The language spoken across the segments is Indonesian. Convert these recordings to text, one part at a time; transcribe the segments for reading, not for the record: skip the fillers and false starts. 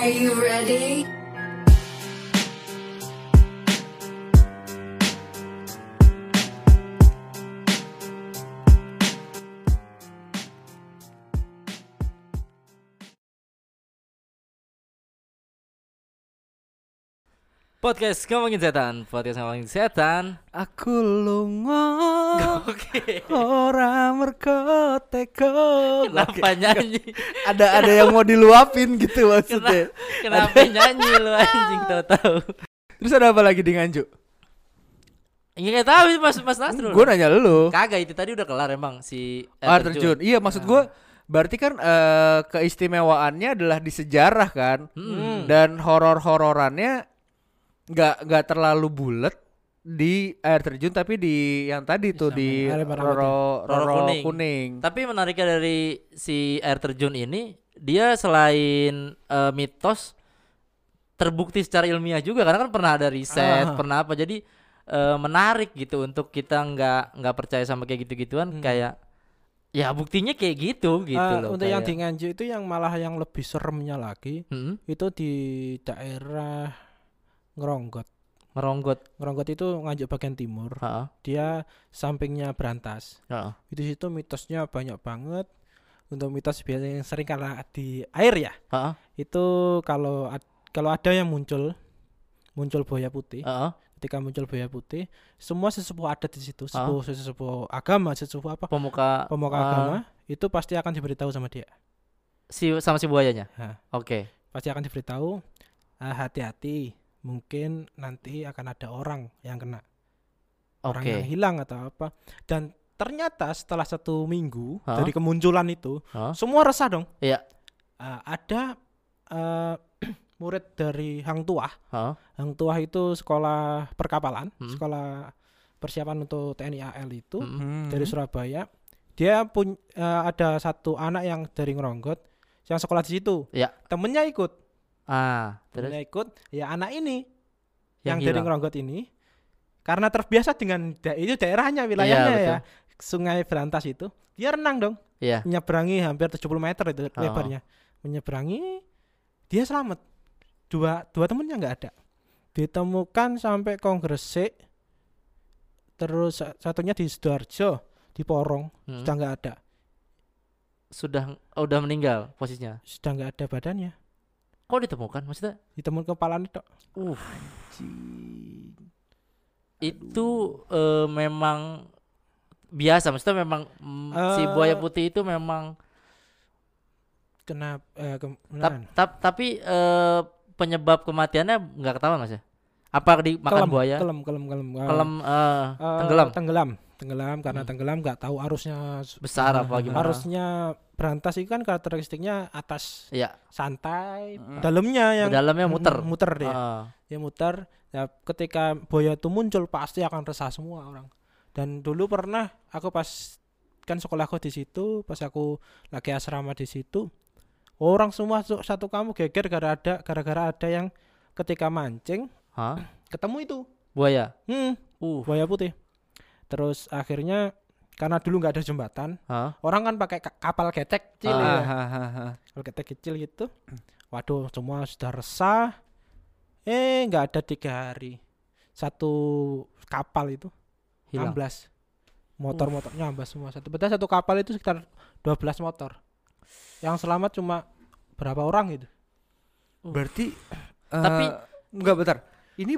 Are you ready? Podcast ngomongin setan. Aku lunga Oke. ora merko teko. Kenapa nyanyi? Ada yang mau diluapin gitu maksudnya. Kenapa nyanyi lu anjing tahu-tahu? Terus ada apa lagi di Nganjuk? Enggak tahu Mas Nasrul. Gue nanya lu. Kagak itu tadi udah kelar emang si Air terjun. Iya maksud gue berarti kan keistimewaannya adalah di sejarah kan. Dan horor-hororannya nggak terlalu bulat di air terjun tapi di yang tadi tuh di Roro kuning. Tapi menariknya dari si air terjun ini, dia selain mitos terbukti secara ilmiah juga karena kan pernah ada riset, pernah apa. Jadi menarik gitu untuk kita nggak percaya sama kayak gitu-gituan kayak ya buktinya kayak gitu loh. Untuk kayak. yang di Nganjuk itu yang malah yang lebih seremnya lagi itu di daerah Ngeronggot itu Nganjuk bagian timur. Dia sampingnya Brantas. Itu situ mitosnya banyak banget. Untuk mitos biasanya yang sering karena di air ya. Itu kalau ada yang muncul buaya putih. Ketika muncul buaya putih, semua sesepuh adat di situ, sesepuh agama, sesepuh apa? Pemuka agama itu pasti akan diberitahu sama dia. Sama si buayanya. Oke. Pasti akan diberitahu, hati-hati. Mungkin nanti akan ada orang yang kena, orang yang hilang atau apa. Dan ternyata setelah 1 minggu dari kemunculan itu, semua resah dong. Iya. Ada murid dari Hang Tuah. Hang Tuah itu sekolah perkapalan, sekolah persiapan untuk TNI AL itu dari Surabaya. Dia ada satu anak yang dari Ngeronggot yang sekolah di situ. Iya. Temennya ikut. Terus Ikut ya anak ini yang hilang. dari Ngeronggot ini karena terbiasa dengan itu daerahnya wilayahnya ya Sungai Brantas itu dia renang dong menyeberangi hampir 70 meter itu lebarnya menyeberangi dia selamat dua temennya nggak ada ditemukan sampai Kongresik terus satunya di Sidoarjo di Porong sudah nggak ada udah meninggal posisinya sudah nggak ada badannya. Kok ditemukan maksudnya? Ditemukan kepalanya tok. Itu memang biasa maksudnya memang si buaya putih itu memang tapi penyebab kematiannya nggak ketahuan Mas ya? Apa dimakan buaya? Tenggelam karena tenggelam nggak tahu arusnya besar apa gimana? Arusnya Brantas itu kan karakteristiknya atas santai, dalamnya muter dia. Dia muter. Ya, ketika buaya itu muncul pasti akan resah semua orang. Dan dulu pernah aku pas kan sekolahku di situ, pas aku lagi asrama di situ, orang semua satu kampung geger gara-gara ada yang ketika mancing ketemu itu buaya. Buaya putih. Terus akhirnya karena dulu nggak ada jembatan, orang kan pakai kapal getek kecil kapal getek kecil gitu. Waduh, semua sudah resah. Nggak ada 3 hari, satu kapal itu hilang. amblas, motor-motornya amblas semua. Satu kapal itu sekitar 12 motor. Yang selamat cuma berapa orang gitu. Berarti tapi enggak bentar. Ini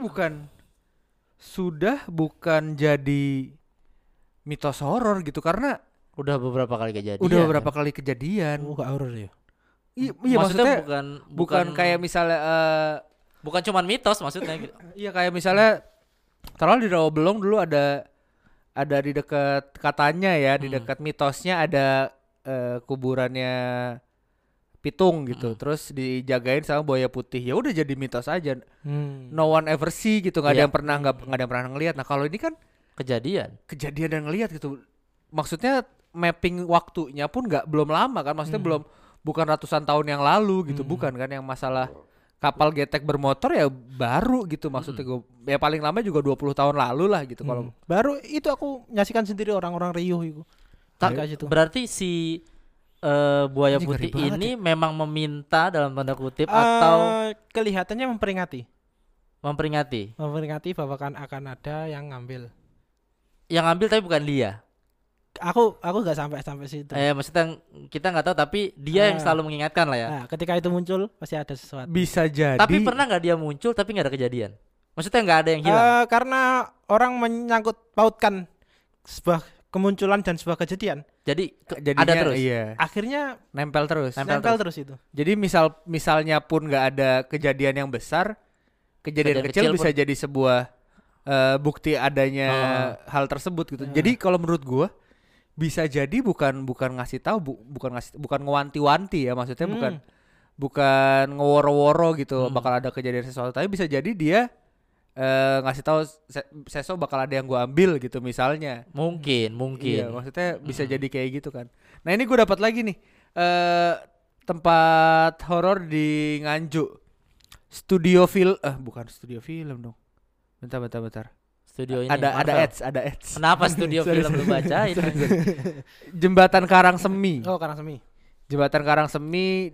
bukan jadi mitos horor gitu karena udah beberapa kali kejadian. Enggak horor ya. Iya maksudnya bukan kayak misalnya bukan cuman mitos maksudnya gitu. Iya kayak misalnya terlalu di Rawabelong dulu ada di dekat katanya ya di dekat mitosnya ada kuburannya pitung gitu. Terus dijagain sama buaya putih. Ya udah jadi mitos aja. No one ever see gitu, nggak ada yang pernah ngelihat. Nah, kalau ini kan kejadian dan ngelihat gitu. Maksudnya mapping waktunya pun belum lama kan. Maksudnya bukan ratusan tahun yang lalu gitu, bukan kan yang masalah kapal getek bermotor ya baru gitu maksudnya gue. Ya paling lama juga 20 tahun lalu lah gitu kalau. Baru itu aku nyaksikan sendiri orang-orang riuh itu. Berarti si buaya putih ini memang meminta dalam tanda kutip atau kelihatannya memperingati bahwa akan ada yang ngambil tapi bukan dia. Aku nggak sampai situ. Maksudnya kita nggak tahu tapi dia yang selalu mengingatkan lah ya. Nah, ketika itu muncul pasti ada sesuatu. Bisa jadi. Tapi pernah nggak dia muncul tapi nggak ada kejadian? Maksudnya nggak ada yang hilang? Karena orang menyangkut pautkan sebuah kemunculan dan sebuah kejadian. Jadi ada terus. Iya. Akhirnya nempel terus itu. Jadi misalnya pun nggak ada kejadian yang besar, kejadian kecil bisa jadi sebuah bukti adanya hal tersebut gitu. Jadi kalau menurut gua bisa jadi bukan ngasih tahu, bukan ngewanti-wanti ya, maksudnya bukan ngeworo-woro gitu bakal ada kejadian sesuatu, tapi bisa jadi dia ngasih tahu seso bakal ada yang gua ambil gitu misalnya. Mungkin. Iya, maksudnya bisa jadi kayak gitu kan. Nah, ini gua dapat lagi nih tempat horor di Nganjuk. Bukan studio film dong. Bentar. Studio ini. Ada ads. Kenapa studio film lu bacain? Jembatan Karangsemi. Oh, Karangsemi. Jembatan Karangsemi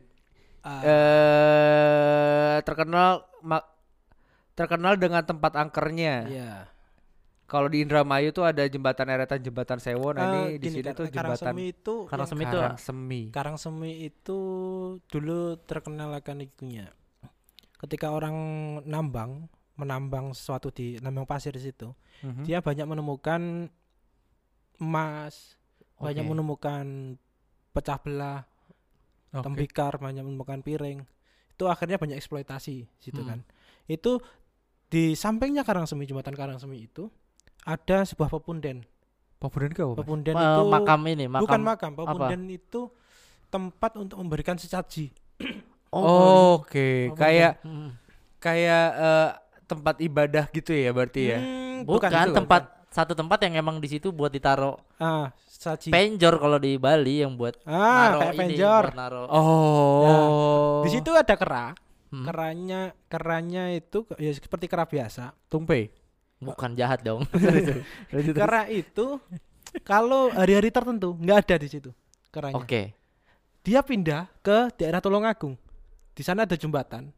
terkenal dengan tempat angkernya. Iya. Kalau di Indramayu tuh ada jembatan eretan jembatan Sewo. Nah, ini di sini tuh jembatan Karangsemi itu dulu terkenal akan ikunya. Ketika orang menambang sesuatu di nambang pasir di situ, dia banyak menemukan emas, banyak menemukan pecah belah, tembikar, banyak menemukan piring. Itu akhirnya banyak eksploitasi situ kan. Itu di sampingnya jembatan Karangsemi itu ada sebuah pepunden. Pepunden ke apa? Pepunden itu makam ini, bukan makam. Pepunden itu tempat untuk memberikan sesaji. Oke. Kayak tempat ibadah gitu ya berarti ya. Bukan satu tempat yang emang di situ buat ditaro saji. Penjor kalau di Bali yang buat kayak penjor. Oh. Di situ ada kera. Keranya itu ya seperti kera biasa. Tungpei. Bukan, jahat dong. Kera itu kalau hari-hari tertentu nggak ada di situ keranya. Oke. Dia pindah ke daerah Tulungagung. Di sana ada jembatan.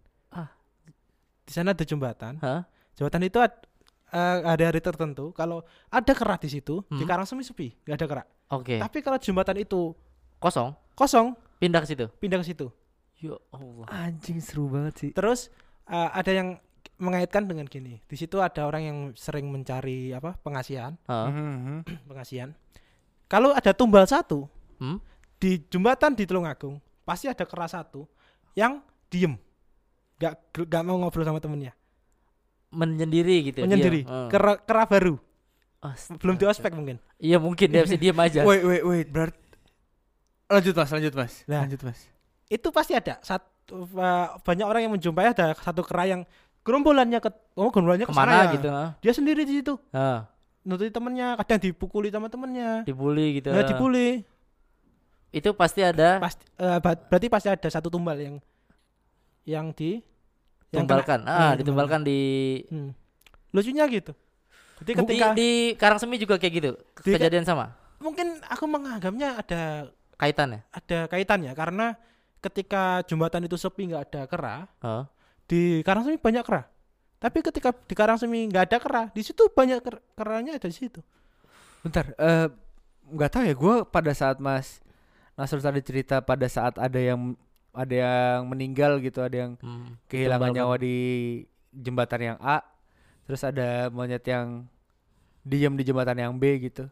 Jembatan itu hari-hari tertentu kalau ada kera di situ, di Karangsemi sepi, nggak ada kera. Oke. Tapi kalau jembatan itu kosong, pindah ke situ. Ya Allah. Anjing, seru banget sih. Terus ada yang mengaitkan dengan gini. Di situ ada orang yang sering mencari pengasihan. Pengasihan. Kalau ada tumbal satu di jembatan di Tulungagung, pasti ada kera satu yang diem, nggak mau ngobrol sama temennya. Menyendiri gitu. Menyendiri. Kera baru. Belum di ospek mungkin. Iya mungkin dia bisa diem aja. Wait. Berarti lanjut mas. Nah, lanjut mas. Itu pasti ada banyak orang yang menjumpai ada satu kera yang gerombolannya ke kemana sana, gitu. Dia sendiri di situ. Nututi temennya, kadang dipukuli sama temennya. Dibully gitu. Nah, dibully. Itu pasti ada. Berarti pasti ada satu tumbal yang ditumbalkan. Ditumbalkan di. Lucunya gitu. Jadi ketika di Karangsemi juga kayak gitu. Kejadian sama. Mungkin aku menganggapnya ada kaitannya. Ada kaitannya karena ketika jembatan itu sepi nggak ada kera, di Karangsemi banyak kera. Tapi ketika di Karangsemi nggak ada kera, di situ banyak keranya ada di situ. Bentar, nggak tahu ya. Gue pada saat Mas Nasrul tadi cerita pada saat ada yang meninggal gitu, ada yang kehilangan nyawa di jembatan yang A, terus ada monyet yang diam di jembatan yang B gitu.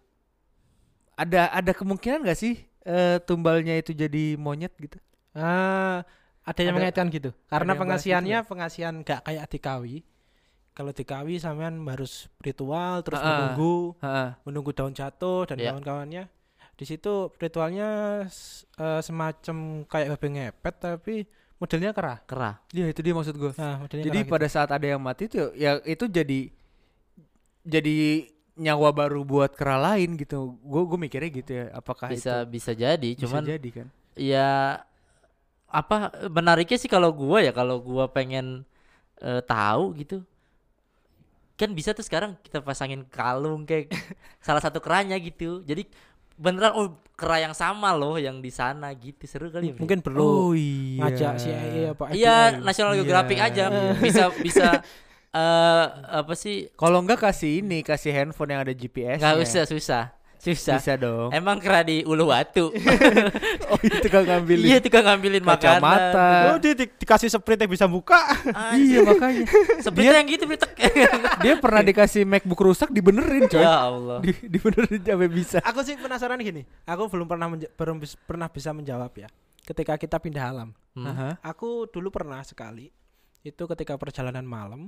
Ada kemungkinan nggak sih tumbalnya itu jadi monyet gitu? Ada yang mengaitkan gitu. Karena pengasihannya pengasihan gak kayak di Kawi. Kalau di Kawi sampean harus ritual terus menunggu daun jatuh dan kawan-kawannya. Di situ ritualnya semacam kayak babi ngepet tapi modelnya kera. Iya, itu dia maksud gue. Jadi pada gitu. saat ada yang mati tuh ya itu jadi nyawa baru buat kera lain gitu. Gue mikirnya gitu ya. Apakah bisa jadi, cuman bisa jadi kan? Ya menariknya sih kalau gua pengen tahu gitu. Kan bisa tuh sekarang kita pasangin kalung kayak salah satu keranya gitu. Jadi beneran kera yang sama loh yang di sana gitu, seru kali. Mungkin perlu ngajak CIA apa National Geographic aja bisa apa sih? Kalau enggak kasih handphone yang ada GPS. Enggak usah, susah. Bisa dong. Emang kera di Uluwatu. Itu kan ngambilin. Iya, tukang ngambilin makanan. Dikasih sprite yang bisa buka. Iya makanya. Sprite yang gitu Britek. Dia pernah dikasih MacBook rusak dibenerin coy. Ya Allah. Dibenerin sampai bisa. Aku sih penasaran gini. Aku belum pernah bisa menjawab ya. Ketika kita pindah alam. Aku dulu pernah sekali. Itu ketika perjalanan malam.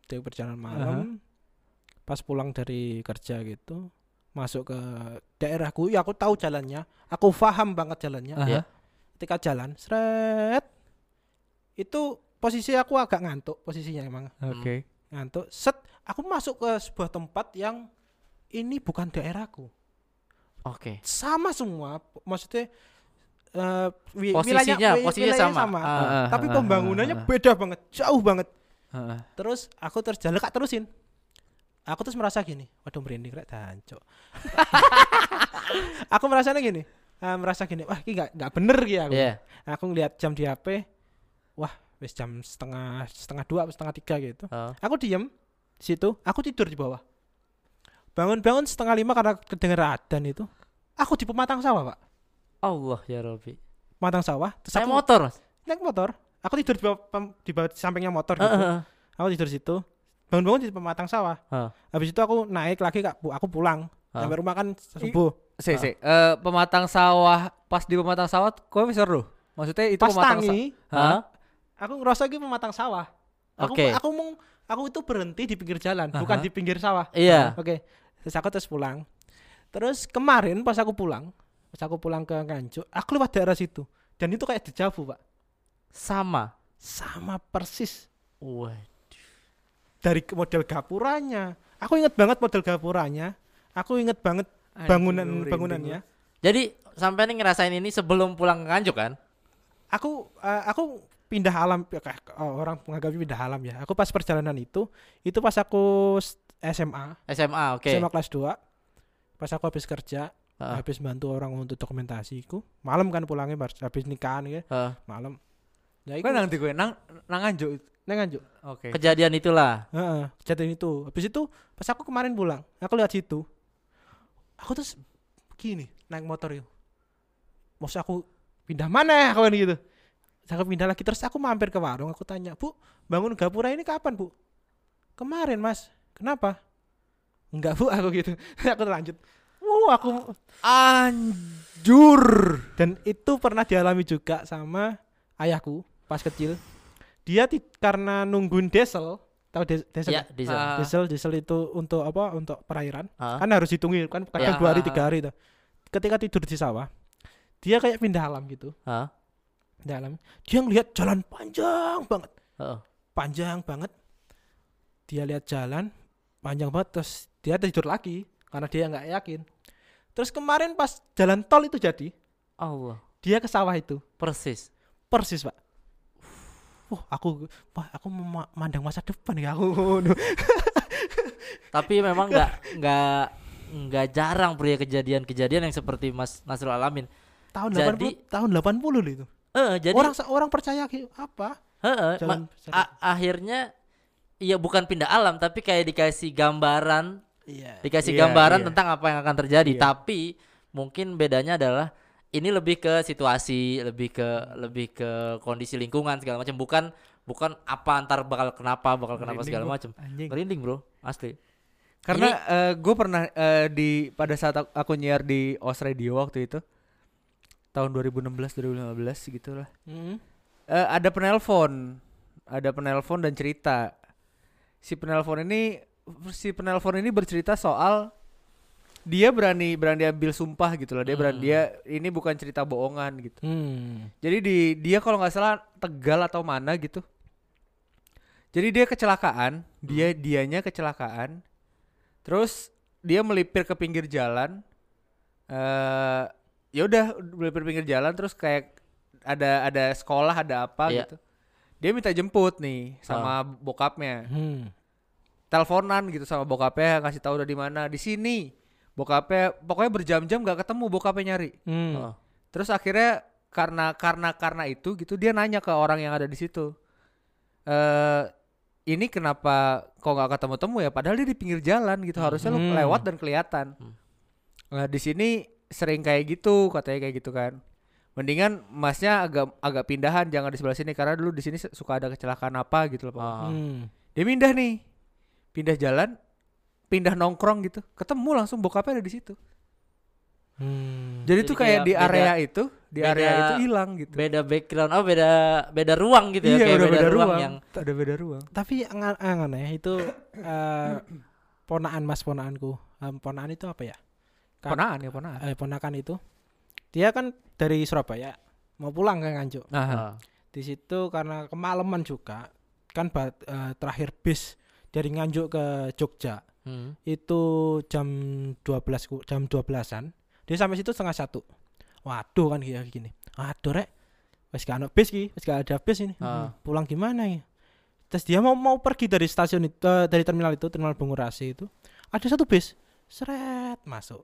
Pas pulang dari kerja gitu. Masuk ke daerahku, ya aku tahu jalannya, aku paham banget jalannya. Ketika jalan, seret, itu posisi aku agak ngantuk posisinya emang. Oke. Ngantuk, set, aku masuk ke sebuah tempat yang ini bukan daerahku. Oke. Sama semua, maksudnya posisinya sama. Tapi pembangunannya beda banget, jauh banget. Terus aku terusin. Aku terus merasa gini, waduh merinding rek dancuk. Aku merasa gini, wah ini nggak bener gitu aku. Aku ngeliat jam di HP, wah wis jam setengah 2, setengah 3 gitu. Aku diem di situ, aku tidur di bawah. Bangun 4:30 karena kedengeran adzan itu. Aku di pematang sawah, Pak. Allah ya Rabbi. Pematang sawah. Terus naik motor. Naik motor. Aku tidur di bawah sampingnya motor gitu. Aku tidur situ. Bangun-bangun di pematang sawah. Habis itu aku naik lagi, aku pulang. Sampai rumah kan subuh. Pematang sawah, pas di pematang sawah kok bisa seru? Maksudnya itu pas pematang sawah. Aku ngerasa gitu pematang sawah. Aku itu berhenti di pinggir jalan, bukan di pinggir sawah. Iya. Oke. Terus aku pulang. Terus kemarin pas aku pulang ke Nganjuk, aku lewat daerah situ. Dan itu kayak dejavu, Pak. Sama persis. Dari model gapuranya. Aku inget banget model gapuranya. Aku inget banget bangunannya. Jadi sampai nih ngerasain ini sebelum pulang ke Nganjuk kan? Aku pindah alam, orang menganggap pindah alam ya. Aku pas perjalanan itu pas aku SMA, oke. SMA kelas 2. Pas aku habis kerja, habis bantu orang untuk dokumentasiku. Malam kan pulangnya habis nikahan ya. Malam. Ya iku nang ndi kowe nang Nganjuk. Oke. Kejadian itulah. Kejadian itu. Habis itu pas aku kemarin pulang, aku lihat situ. Aku terus gini, naik motor yuk. Maksud aku pindah mana kawan gitu. Aku pindah lagi, terus aku mampir ke warung, aku tanya, "Bu, bangun gapura ini kapan, Bu?" "Kemarin, Mas." "Kenapa?" "Enggak, Bu," aku gitu. Aku lanjut. Aku anjur. Dan itu pernah dialami juga sama ayahku pas kecil. Dia karena nungguin diesel, tahu diesel? Ya, diesel itu untuk apa? Untuk perairan. Kan harus hitungi kan kadang 2 hari 3 hari tuh. Ketika tidur di sawah, dia kayak pindah alam gitu. Pindah alam. Dia ngelihat jalan panjang banget. Panjang banget. Dia lihat jalan panjang banget, terus dia tidur lagi karena dia enggak yakin. Terus kemarin pas jalan tol itu jadi, Allah. Dia ke sawah itu. Persis, Pak. Aku memandang masa depan ya aku. Tapi memang nggak jarang pria kejadian yang seperti Mas Nasrul alamin. Tahun 80 itu. Jadi orang percaya apa? Akhirnya ya bukan pindah alam tapi kayak dikasih gambaran. Dikasih gambaran tentang apa yang akan terjadi. Tapi mungkin bedanya adalah ini lebih ke situasi, lebih ke kondisi lingkungan segala macam, bukan apa antar bakal kenapa segala macam. Merinding, Bro, asli. Karena gue pernah pada saat aku nyiar di OS Radio waktu itu tahun 2016-2015 gitulah. Ada penelpon dan cerita. Si penelpon ini bercerita soal dia berani ambil sumpah gitu loh. Dia ini bukan cerita bohongan gitu. Jadi dia kalau nggak salah Tegal atau mana gitu. Jadi dia kecelakaan, dianya kecelakaan. Terus dia melipir ke pinggir jalan. Ya udah melipir pinggir jalan terus kayak ada sekolah ada apa gitu. Dia minta jemput nih sama bokapnya. Teleponan gitu sama bokapnya, ngasih tahu udah di mana, di sini. Bokapnya pokoknya berjam-jam gak ketemu, bokapnya nyari. Terus akhirnya karena itu gitu dia nanya ke orang yang ada di situ. Ini kenapa kok gak ketemu-temu ya? Padahal dia di pinggir jalan gitu. Harusnya lu lewat dan kelihatan. Nah, di sini sering kayak gitu, katanya kayak gitu kan. Mendingan masnya agak pindahan, jangan di sebelah sini karena dulu di sini suka ada kecelakaan apa gitu loh. Dia pindah jalan, pindah nongkrong gitu, ketemu langsung bokapnya ada di situ. Jadi tuh kayak di area itu hilang gitu. Beda background, beda ruang gitu ya. Iya, kayak beda ruang yang ada beda ruang. Tapi aneh itu ponakanku. Ponakan itu apa ya? Ponakan itu. Dia kan dari Surabaya mau pulang ke Nganjuk. Di situ karena kemalaman juga kan terakhir bis dari Nganjuk ke Jogja. Itu jam 12-an. Dia sampai situ 12:30. Waduh kan gini. Waduh rek. Wis gak ada bis iki, wis gak ada bis ini. Pulang gimana ya? Terus dia mau pergi dari stasiun itu, dari terminal Bungurasi itu. Ada satu bis. Seret masuk.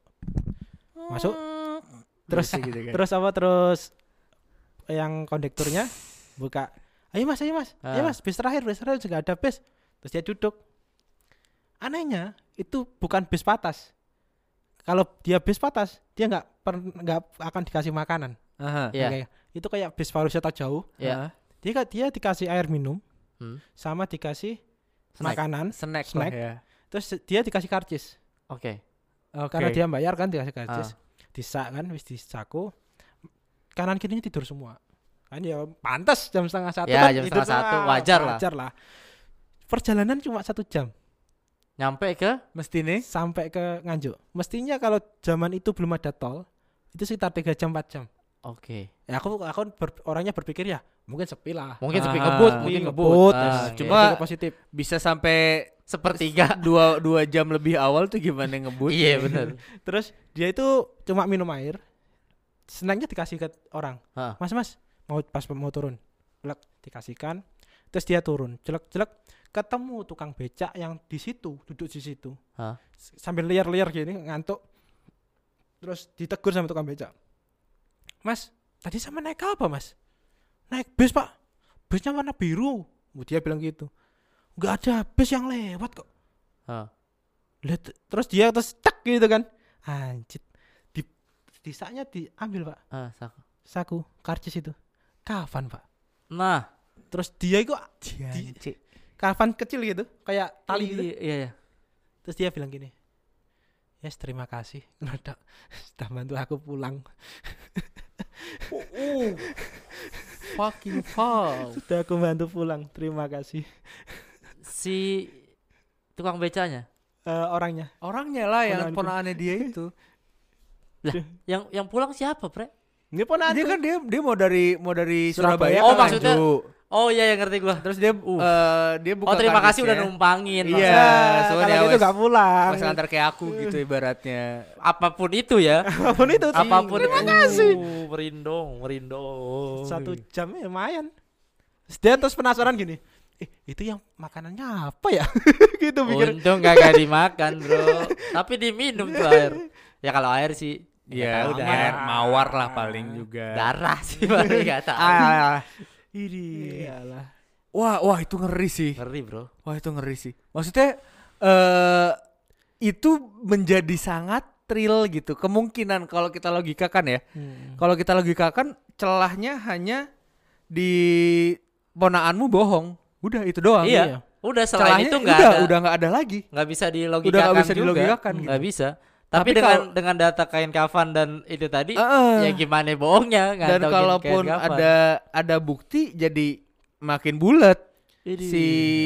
Terus gitu kan. Terus yang kondekturnya buka. Ayo mas, bis terakhir juga ada bis. Terus dia duduk. Anehnya itu bukan bis patas. Kalau dia bis patas, dia nggak akan dikasih makanan. Okay. Itu kayak bis pariwisata jauh. Dia dikasih air minum, sama dikasih makanan, snack. Terus dia dikasih karcis. Oke. Karena dia bayar kan dikasih karcis. Disak kan, wis disaku. Kanan kirinya tidur semua. Kan ya pantas jam 12:30 ya, kan jam 12:30 wajar lah. Perjalanan cuma 1 jam. Nyampe ke sampai ke Nganjuk. Mestinya kalau zaman itu belum ada tol, itu sekitar 3 jam 4 jam. Oke. Ya aku orangnya berpikir ya mungkin sepi lah. Mungkin sepi ngebut. Cuma positif bisa sampai sepertiga 2 jam lebih awal tuh gimana ngebut. Iya benar. Terus dia itu cuma minum air. Snacknya dikasih ke orang. Mas mau turun. Jelek dikasihkan. Terus dia turun. Jelek ketemu tukang becak yang di situ, duduk di situ. Sambil liar-liar gini ngantuk. Terus ditegur sama tukang becak. Mas, tadi sama naik apa mas? Naik bis pak. Bisnya warna biru. Dia bilang gitu. Gak ada bis yang lewat kok. Terus dia cek gitu kan. Anjir. Disaknya diambil pak. Saku karcis itu. Kafan pak. Nah. Terus dia itu kafan kecil gitu. Kayak tali gitu. Iya. Terus dia bilang gini. Yes, terima kasih. Sudah bantu aku pulang. Fucking fuck. Sudah aku bantu pulang. Terima kasih. Si tukang becanya? Orangnya lah yang ponakannya dia itu. Lah, yang pulang siapa, Pre? Dia ponakan. Dia kan dia mau dari Surabaya. Oh, maksudnya. Oh iya, ngerti gua. Terus dia buka. Oh, terima kasih udah numpangin. Iya, soalnya kalau itu enggak pulang. Pas antar kayak aku gitu ibaratnya. Apapun itu ya. Apapun itu. Terima kasih. Merindong. 1 jam ya lumayan. Dia terus penasaran gini. Itu yang makanannya apa ya? Gitu mikir. Untung gak dimakan, Bro. Tapi diminum tuh air. Ya kalau air sih ya udah air mawar lah paling juga. Darah sih paling enggak tahu. Ini. Wah itu ngeri sih. Ngeri, Bro. Wah itu ngeri sih. Maksudnya itu menjadi sangat thrill gitu. Kemungkinan kalau kita logikakan ya. Kalau kita logikakan celahnya hanya di ponakanmu bohong. Udah itu doang. Iya. Udah selain itu udah enggak ada lagi. Enggak bisa dilogikakan juga. Enggak bisa. Tapi dengan data kain kafan dan itu tadi ya gimana bohongnya. Dan kalaupun ada bukti jadi makin bulat si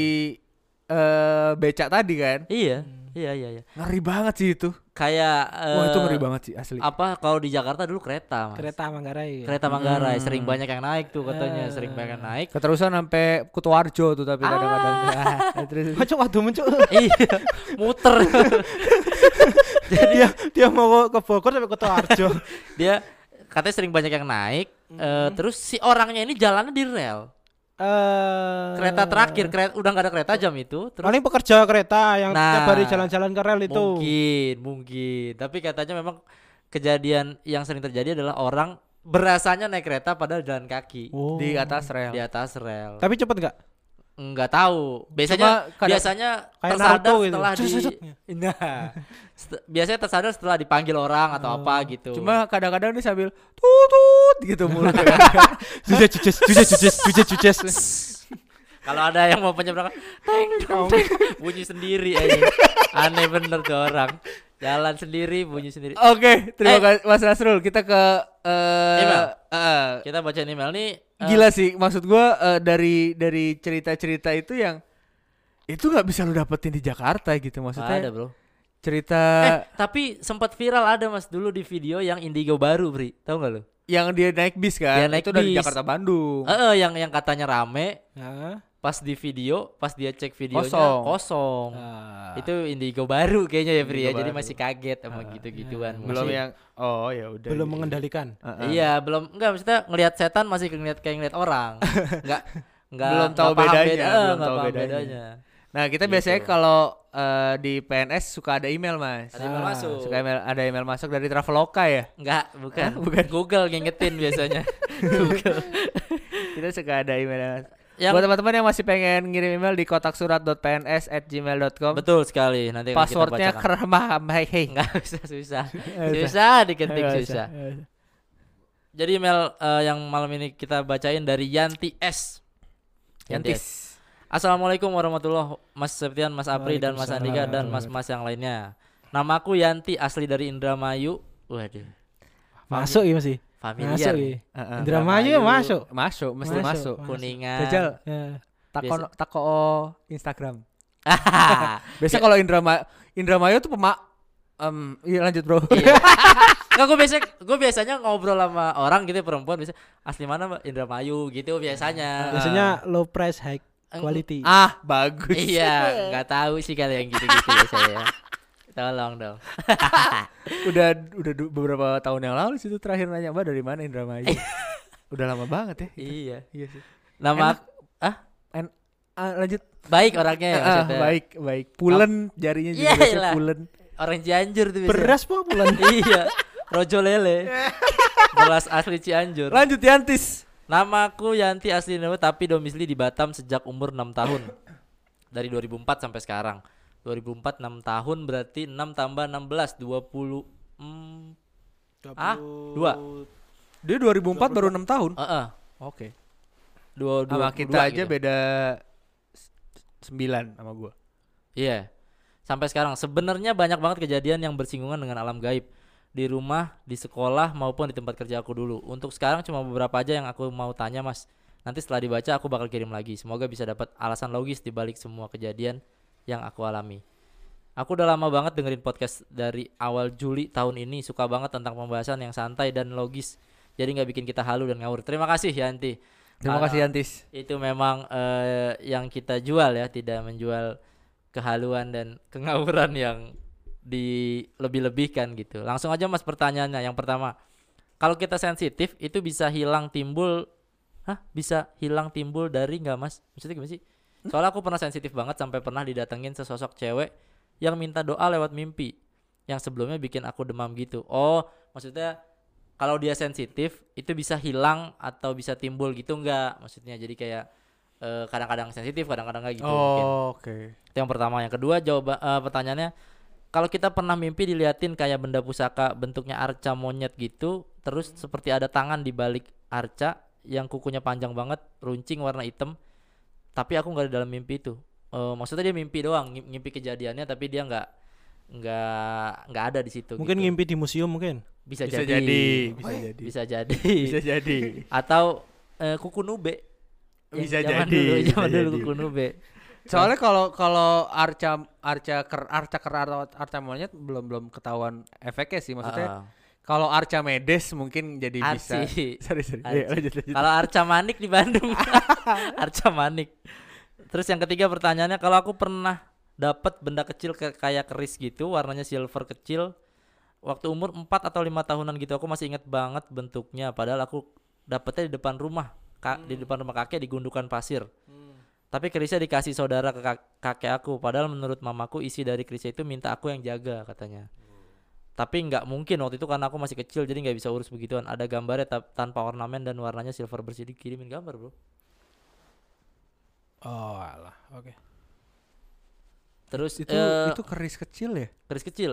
becak tadi kan. Iya. Ngeri banget sih itu. Kayak wah itu ngeri banget sih asli. Apa kalau di Jakarta dulu kereta, Mas. Kereta Manggarai. Kereta Manggarai sering banyak yang naik tuh katanya, sering banyak yang naik. Keterusan sampai Kutoarjo tuh tapi kadang-kadang. Macam muncul. Iya, muter. Jadi dia mau ke Bogor sampai Kutoarjo. Dia katanya sering banyak yang naik. Terus si orangnya ini jalannya di rel. Kereta terakhir, udah nggak ada kereta jam itu. Terus paling pekerja kereta yang tiap hari jalan-jalan ke rel itu. Mungkin. Tapi katanya memang kejadian yang sering terjadi adalah orang berasanya naik kereta padahal jalan kaki di atas rel. Di atas rel. Tapi cepet nggak? Nggak tahu. Biasanya tersadar setelah biasanya tersadar setelah dipanggil orang atau apa gitu. Cuma kadang-kadang dia sambil tutut gitu mulutnya. Cuces. Kalau ada yang mau penyeberangan, bunyi sendiri aja. Aneh bener tuh orang. Jalan sendiri, bunyi sendiri. Oke, terima kasih Mas Nasrul. Kita ke email. Kita bacain email nih. Gila sih, maksud gua dari cerita-cerita itu yang itu nggak bisa lu dapetin di Jakarta gitu maksudnya. Ada, Bro. Cerita tapi sempat viral ada Mas dulu di video yang Indigo baru, Bri. Tahu nggak lu? Yang dia naik bis kan? Dia naik itu bis. dari Jakarta Bandung. Yang katanya rame. Pas di video, pas dia cek videonya kosong. Itu Indigo baru kayaknya ya, Bri ya. Jadi masih kaget sama gitu-gituan. Belum yang ya udah. Belum mengendalikan. Iya, belum. Enggak, maksudnya ngelihat setan masih kayak ngelihat orang. Enggak belum tahu bedanya. Belum tahu bedanya. Nah, kita biasanya kalau di PNS suka ada email, Mas. Ada email masuk. Ada email masuk dari Traveloka ya? Enggak, bukan. Google ngingetin biasanya. Google. Kita suka ada email. Buat teman-teman yang masih pengen ngirim email di kotaksurat.pns@gmail.com. Betul sekali. Nanti passwordnya keremah. Enggak susah. Susah diketik susah. Jadi email yang malam ini kita bacain dari Yanti S. Yanti S. Assalamualaikum warahmatullahi wabarakatuh, Mas Septian, Mas Apri dan Mas Andika dan mas-mas yang lainnya. Namaku Yanti, asli dari Indramayu. Waduh. Masuk ya masih. Familiar. Indramayu masuk. Mesti masuk. Kuningan. Jajal. Tako Instagram. Biasa kalau Indramayu tuh iya lanjut, Bro. Nggak, gue biasanya ngobrol sama orang gitu perempuan bisa asli mana Mbak? Indramayu gitu biasanya. Biasanya low price high quality. Bagus. Iya, nggak tahu sih kalau yang gitu-gitu ya saya. Tolong dong. udah beberapa tahun yang lalu situ terakhir nanya Mbak dari mana Indramayu. Udah lama banget ya. Iya sih. Nama lanjut. Baik orangnya ya maksudnya. Baik. Pulen jarinya juga pulen. Orang Cianjur tuh biasanya. Beras pulen. Iya. Rojo lele. Beras asli Cianjur. Lanjut Yantis. Namaku Yanti asli Indonesia tapi domisili di Batam sejak umur 6 tahun. Dari 2004 sampai sekarang. 2004 6 tahun berarti 6 tambah 16 20 2. Dia 2004 baru 6 tahun. Oke. Sama kita aja gitu. Beda 9 sama gua. Iya. Sampai sekarang sebenarnya banyak banget kejadian yang bersinggungan dengan alam gaib. Di rumah, di sekolah maupun di tempat kerja aku dulu. Untuk sekarang cuma beberapa aja yang aku mau tanya, Mas. Nanti setelah dibaca aku bakal kirim lagi. Semoga bisa dapat alasan logis di balik semua kejadian yang aku alami. Aku udah lama banget dengerin podcast dari awal Juli tahun ini. Suka banget tentang pembahasan yang santai dan logis. Jadi gak bikin kita halu dan ngawur. Terima kasih Yanti. Terima kasih Yantis. Itu memang yang kita jual ya. Tidak menjual kehaluan dan kengawuran yang dilebih-lebihkan gitu. Langsung aja Mas pertanyaannya. Yang pertama, kalau kita sensitif itu bisa hilang timbul dari nggak Mas? Maksudnya gimana sih? Soalnya aku pernah sensitif banget sampai pernah didatengin sesosok cewek yang minta doa lewat mimpi yang sebelumnya bikin aku demam gitu. Oh, maksudnya kalau dia sensitif itu bisa hilang atau bisa timbul gitu nggak? Maksudnya jadi kayak kadang-kadang sensitif, kadang-kadang nggak gitu. Oke. Itu yang pertama. Yang kedua pertanyaannya, kalau kita pernah mimpi diliatin kayak benda pusaka bentuknya arca monyet gitu, terus seperti ada tangan di balik arca yang kukunya panjang banget, runcing warna hitam, tapi aku nggak di dalam mimpi itu. Maksudnya dia mimpi doang, ngimpi kejadiannya, tapi dia nggak ada di situ. Mungkin gitu. ngimpi di museum mungkin. Bisa jadi. Atau kuku nube. Bisa zaman jadi. Dulu kuku nube. Soalnya kalau arca monyet belum ketahuan efeknya sih, maksudnya kalau arca medes mungkin jadi bisa. Sorry. Lanjut. Kalau arca manik di Bandung. Arca manik. Terus yang ketiga pertanyaannya, kalau aku pernah dapat benda kecil kayak keris gitu, warnanya silver kecil. Waktu umur 4 atau 5 tahunan gitu, aku masih ingat banget bentuknya, padahal aku dapetnya di depan rumah. di depan rumah kakek di gundukan pasir. Tapi kerisnya dikasih saudara ke kakek aku. Padahal menurut mamaku isi dari kerisnya itu minta aku yang jaga katanya. Tapi nggak mungkin waktu itu karena aku masih kecil jadi nggak bisa urus begituan. Ada gambarnya tanpa ornamen dan warnanya silver bersih. Dikirimin gambar bro. Oh alah, oke. Terus itu keris kecil ya? Keris kecil.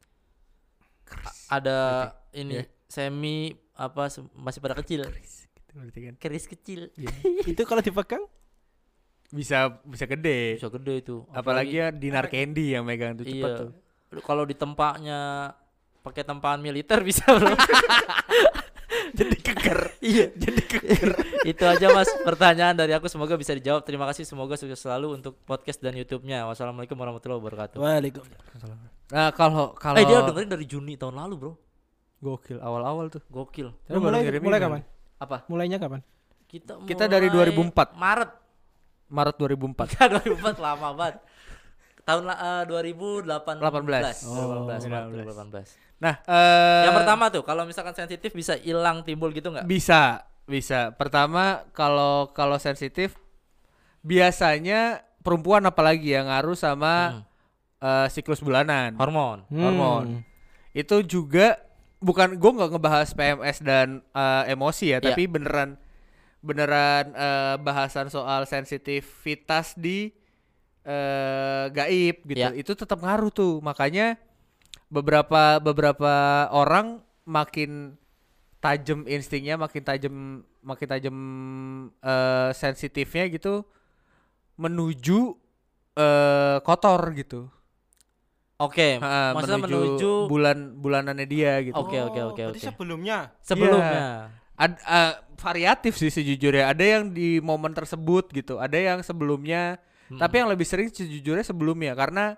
Ada ini semi apa masih pada kecil. Keris gitu berarti kan. Keris kecil. Itu kalau dipegang Bisa gede. Bisa gede itu. Apalagi ya dinar candy yang megang tuh cepet tuh. Kalau di tempaknya pakai tempaan militer bisa bro. Jadi keker. Iya, jadi keker. Itu aja Mas pertanyaan dari aku, semoga bisa dijawab. Terima kasih, semoga sukses selalu untuk podcast dan YouTube-nya. Wassalamualaikum warahmatullahi wabarakatuh. Waalaikumsalam. Nah, kalau dia dengerin dari Juni tahun lalu, Bro. Gokil, awal-awal tuh. Gokil. Mulai kapan? Apa? Mulainya kapan? Kita dari 2004. Maret 2004. 2004 lama banget. Tahun 2018. 2018. Nah, yang pertama tuh kalau misalkan sensitif bisa hilang timbul gitu nggak? Bisa. Pertama kalau sensitif biasanya perempuan apalagi yang ngaruh sama siklus bulanan. Hormon. Itu juga bukan, gue nggak ngebahas PMS dan emosi ya, tapi beneran bahasan soal sensitivitas di gaib gitu. Itu tetap ngaruh tuh. Makanya beberapa orang makin tajam instingnya, makin tajam sensitifnya gitu menuju kotor gitu. Oke, maksudnya menuju bulanannya dia gitu. Oke. Berarti sebelumnya. Variatif sih sejujurnya. Ada yang di momen tersebut gitu, ada yang sebelumnya. Tapi yang lebih sering sejujurnya sebelumnya, karena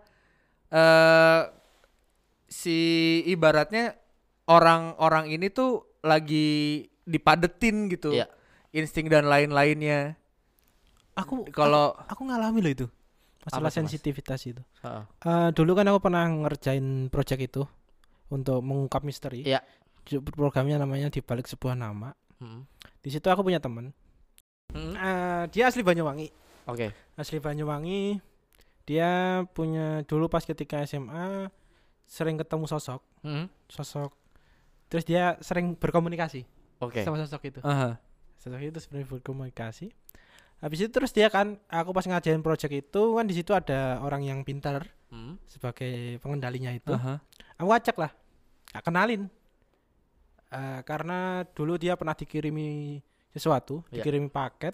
si ibaratnya orang-orang ini tuh lagi dipadetin gitu, insting dan lain-lainnya. Aku ngalami loh itu masalah sensitivitas itu. Dulu kan aku pernah ngerjain project itu untuk mengungkap misteri. Programnya namanya Di Balik Sebuah Nama. Di situ aku punya teman. Dia asli Banyuwangi. Asli Banyuwangi. Dia punya dulu pas ketika SMA sering ketemu sosok. Terus dia sering berkomunikasi sama sosok itu. Sosok itu sebenarnya berkomunikasi. Habis itu terus dia kan, aku pas ngajain project itu kan di situ ada orang yang pintar sebagai pengendalinya itu. Aku ajak lah, kenalin. Karena dulu dia pernah dikirimi sesuatu, dikirimi paket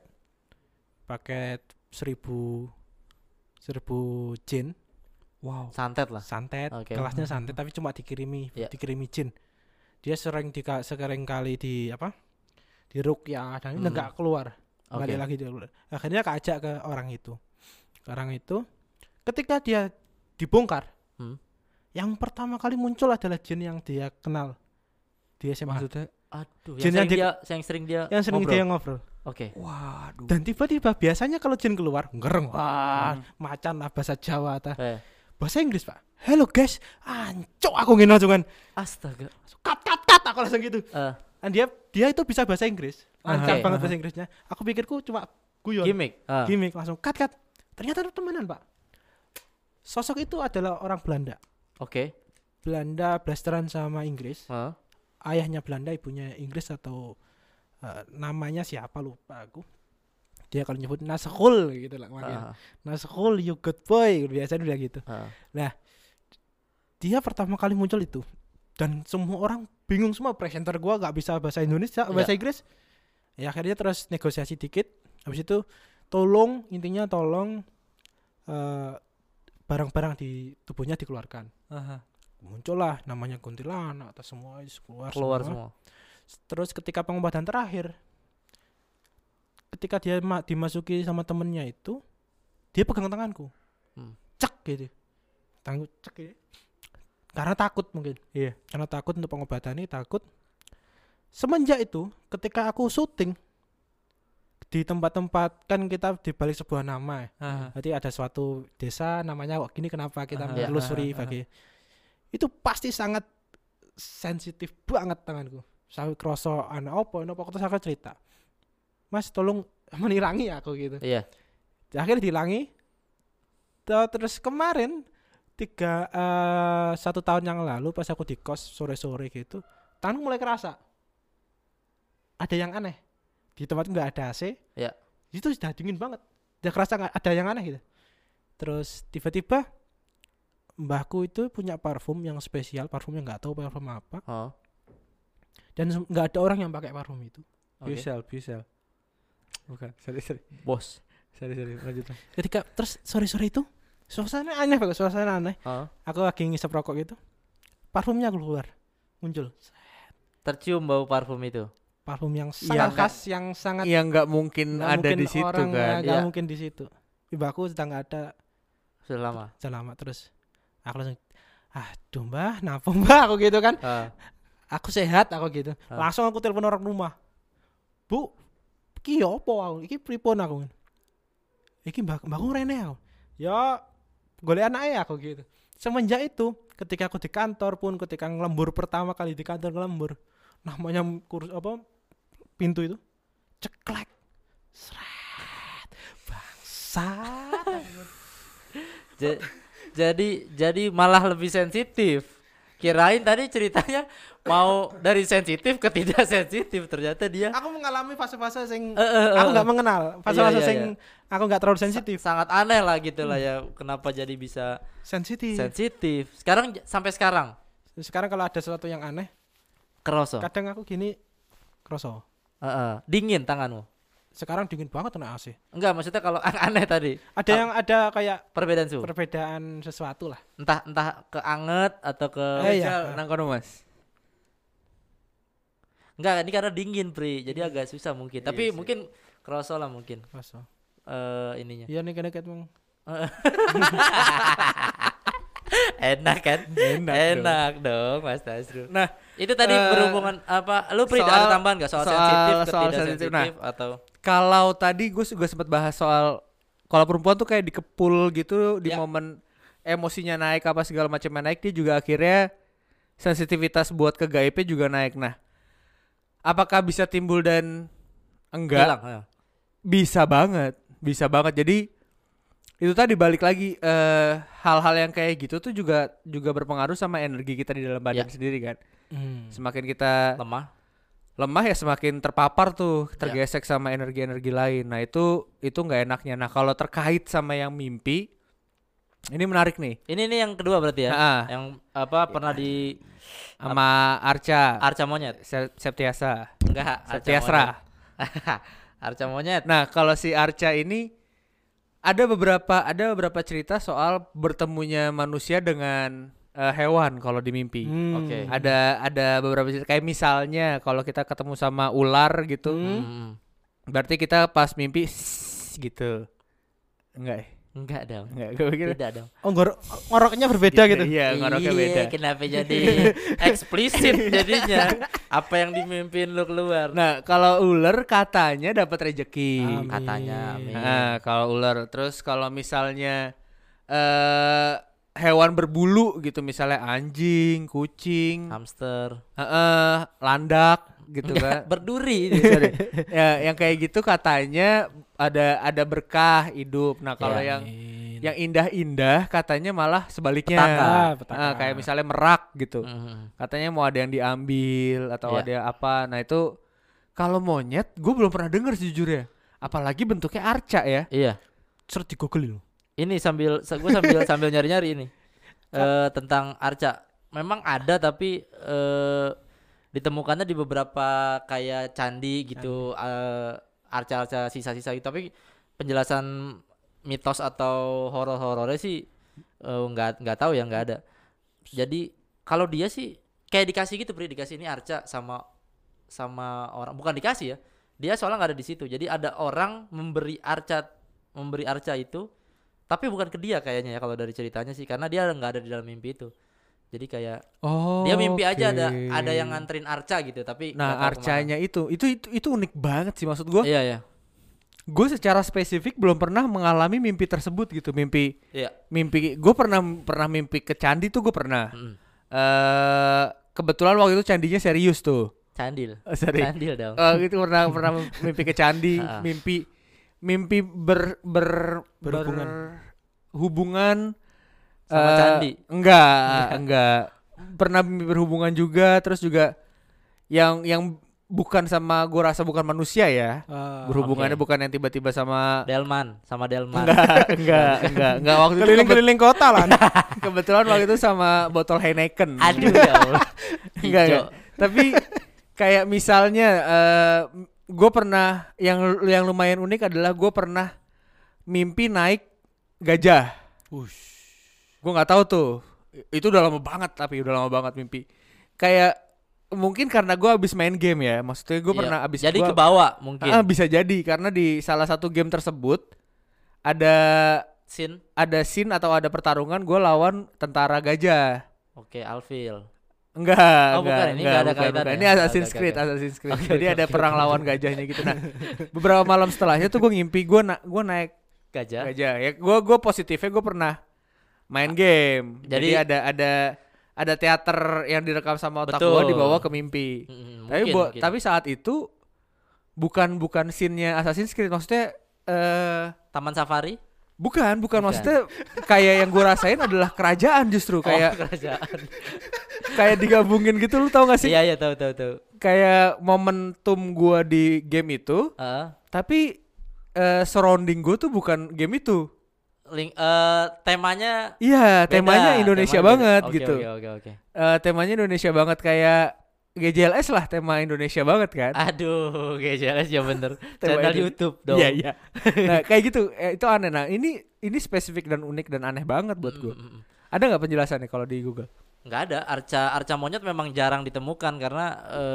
1000 jin. Wow. Santet lah. Kelasnya santet tapi cuma dikirimi jin. Dia sering kali di ruqyah dan enggak keluar. Balik lagi dia keluar. Akhirnya keajak ke orang itu. Orang itu ketika dia dibongkar, yang pertama kali muncul adalah jin yang dia kenal di SMA. Maksudnya? Aduh, yang sering dia ngobrol. Waduh. Dan tiba-tiba biasanya kalau jin keluar ngereng, macan lah bahasa Jawa bahasa Inggris, Pak. Hello guys, ancok aku ngene langsung kan. Astaga. Kat aku langsung gitu. Dan dia itu bisa bahasa Inggris. Lancar banget bahasa Inggrisnya. Aku pikirku cuma guyon. Gimik langsung kat. Ternyata itu temenan, Pak. Sosok itu adalah orang Belanda. Belanda blasteran sama Inggris. Ayahnya Belanda, ibunya Inggris atau namanya siapa lupa aku. Dia kalau nyebut Naskul gitu lah makanya. Naskul you good boy biasanya udah gitu. Nah, dia pertama kali muncul itu dan semua orang bingung semua, presenter gua enggak bisa bahasa Indonesia, bahasa Inggris. Ya akhirnya terus negosiasi dikit. Habis itu tolong barang-barang di tubuhnya dikeluarkan. Muncullah namanya kuntilanak atau semua keluar semua. Terus ketika pengobatan terakhir, ketika dia dimasuki sama temennya itu, dia pegang tanganku, cek gitu, cek gitu. Karena takut mungkin, karena takut untuk pengobatan ini, takut. Semenjak itu, ketika aku syuting di tempat-tempat kan kita di balik sebuah nama, berarti ada suatu desa namanya kok gini, kenapa kita menelusuri bagi itu pasti sangat sensitif banget tanganku. Sampai kroso ana opo terus aku cerita. Mas tolong menilangi aku gitu. Iya. Akhirnya dilangi. Terus kemarin 1 tahun yang lalu pas aku di kos sore-sore gitu, tanganku mulai kerasa ada yang aneh. Di tempat nggak ada AC. Ya. Itu sudah dingin banget. Udah kerasa ada yang aneh gitu. Terus tiba-tiba mbahku itu punya parfum yang spesial, parfumnya nggak tahu parfum apa. Oh. Dan nggak ada orang yang pakai parfum itu. Biusel. Bukan, sorry. Bos. Sorry, lanjut. Ketika terus sore-sore itu suasana aneh banget, suasana aneh. Aku lagi ngisep rokok gitu. Parfumnya keluar, muncul. Tercium bau parfum itu. Parfum yang sangat khas, yang sangat yang nggak mungkin ada di situ kan. Nggak mungkin di situ. Ibaku sedang nggak ada. Sudah lama terus. Aku langsung, aduh mbah, napa mbah aku gitu kan. Aku sehat aku gitu. Langsung aku telepon orang rumah. Bu, iki opo aku? Iki pripun aku? Iki mbahku rene aku. Ya golek anake aku gitu. Semenjak itu, ketika aku di kantor pun, ketika ngelembur pertama kali di kantor ngelembur, namanya pintu itu ceklek. Sret. Bangsat. Jadi malah lebih sensitif. Kirain tadi ceritanya mau dari sensitif ke tidak sensitif, ternyata dia. Aku mengalami fase-fase sing aku nggak mengenal, fase-fase sing aku nggak terlalu sensitif. Sangat aneh lah gitu lah ya, kenapa jadi bisa sensitif. Sampai sekarang kalau ada sesuatu yang aneh, keroso. Kadang aku gini, keroso. Dingin tanganmu. Sekarang dingin banget kena AC. Enggak, maksudnya kalau aneh tadi. Ada yang ada kayak perbedaan suhu. Perbedaan sesuatu lah. Entah ke anget atau ke nang kono Mas. Enggak, ini karena dingin, Pri. Jadi agak susah mungkin. Tapi mungkin kerasa lah mungkin. Kerasa. Ininya. Iya nih kena Mong. Enak kan? Enak dong Mas Tasrul. Nah, itu tadi berhubungan apa? Lu Pri ada tambahan enggak soal sensitif ke tidak sensitif atau? Kalau tadi gue juga sempat bahas soal kalau perempuan tuh kayak dikepul gitu di momen emosinya naik apa segala macamnya naik, dia juga akhirnya sensitivitas buat ke gaibnya juga naik. Nah, apakah bisa timbul dan enggak? Hilang, ya. Bisa banget. Jadi itu tadi balik lagi hal-hal yang kayak gitu tuh juga berpengaruh sama energi kita di dalam badan sendiri kan. Semakin kita lemah ya semakin terpapar tuh, tergesek sama energi-energi lain. Nah itu nggak enaknya. Nah kalau terkait sama yang mimpi, ini menarik nih. Ini yang kedua berarti ya? Yang apa pernah di sama Arca monyet, Septiasa. Enggak, Septiasra. Arca monyet. Nah kalau si Arca ini ada beberapa cerita soal bertemunya manusia dengan hewan kalau di mimpi. Oke. Ada beberapa cerita kayak misalnya kalau kita ketemu sama ular gitu. Berarti kita pas mimpi gitu. Enggak dong. Tidak dong. Oh, ngoroknya berbeda gitu. Iya, ngoroknya beda. Kenapa jadi eksplisit jadinya? Apa yang dimimpiin lu keluar? Nah, kalau ular katanya dapat rezeki. Katanya. Amin. Nah, kalau ular. Terus kalau misalnya hewan berbulu gitu, misalnya anjing, kucing, hamster, landak gitu kan. Berduri. Ya, yang kayak gitu katanya ada berkah hidup. Nah, kalau yang indah-indah katanya malah sebaliknya. Petaka. Kayak misalnya merak gitu. Katanya mau ada yang diambil atau ada apa. Nah, itu kalau monyet gue belum pernah dengar sejujurnya. Apalagi bentuknya Arca ya. Iya. Seret di Google loh. Ini gue sambil nyari-nyari ini tentang Arca. Memang ada tapi ditemukannya di beberapa kayak candi gitu, arca-arca sisa-sisa gitu. Tapi penjelasan mitos atau horor-horornya sih nggak tahu ya, nggak ada. Jadi kalau dia sih kayak dikasih gitu, dikasih ini arca sama orang, bukan dikasih ya. Dia soalnya nggak ada di situ. Jadi ada orang memberi arca itu. Tapi bukan ke dia kayaknya ya kalau dari ceritanya sih, karena dia nggak ada di dalam mimpi itu. Jadi kayak dia mimpi aja ada yang nganterin arca gitu, tapi arcanya itu unik banget sih maksud gue. Iya. Gue secara spesifik belum pernah mengalami mimpi tersebut gitu, mimpi gue pernah mimpi ke candi tuh gue pernah. Kebetulan waktu itu candinya serius tuh. Candil. Sorry. Candil dong. Itu pernah mimpi ke candi, mimpi berhubungan sama candi. Enggak. Pernah mimpi berhubungan juga, terus juga yang bukan sama, gue rasa bukan manusia ya. Berhubungannya bukan yang tiba-tiba sama Delman. Enggak waktu itu keliling kota lah. Kebetulan waktu itu sama botol Heineken. Aduh ya Allah. Enggak. Tapi kayak misalnya gue pernah yang lumayan unik adalah gue pernah mimpi naik gajah. Gue nggak tahu tuh. Itu udah lama banget mimpi. Kayak mungkin karena gue abis main game ya, maksudnya gue pernah abis jadi kebawa mungkin. Bisa jadi karena di salah satu game tersebut ada scene atau ada pertarungan gue lawan tentara gajah. Oke, Alfil. Enggak, Ini enggak ada kaitannya. Ini Assassin's Creed. Jadi ada perang lawan gajahnya gitu. Nah, beberapa malam setelahnya tuh gue ngimpi gue naik gajah. Ya gue positifnya gue pernah main game. Jadi ada teater yang direkam sama otak gue dibawa ke mimpi. Mungkin. Tapi saat itu bukan scene-nya Assassin's Creed, maksudnya Taman Safari? Bukan. Maksudnya kayak yang gue rasain adalah kerajaan justru kayak kerajaan. Kayak digabungin gitu, lu tau gak sih? Iya tahu. Kayak momentum gue di game itu, tapi surrounding gue tuh bukan game itu. Temanya temanya Indonesia banget gitu. Oke. Temanya Indonesia banget, kayak GJLS lah, tema Indonesia banget kan. Aduh, GJLS ya bener. Channel YouTube dong. Iya. Nah kayak gitu, itu aneh. Nah ini spesifik dan unik dan aneh banget buat gue. Ada nggak penjelasannya kalau di Google? Nggak ada. Arca monyet memang jarang ditemukan karena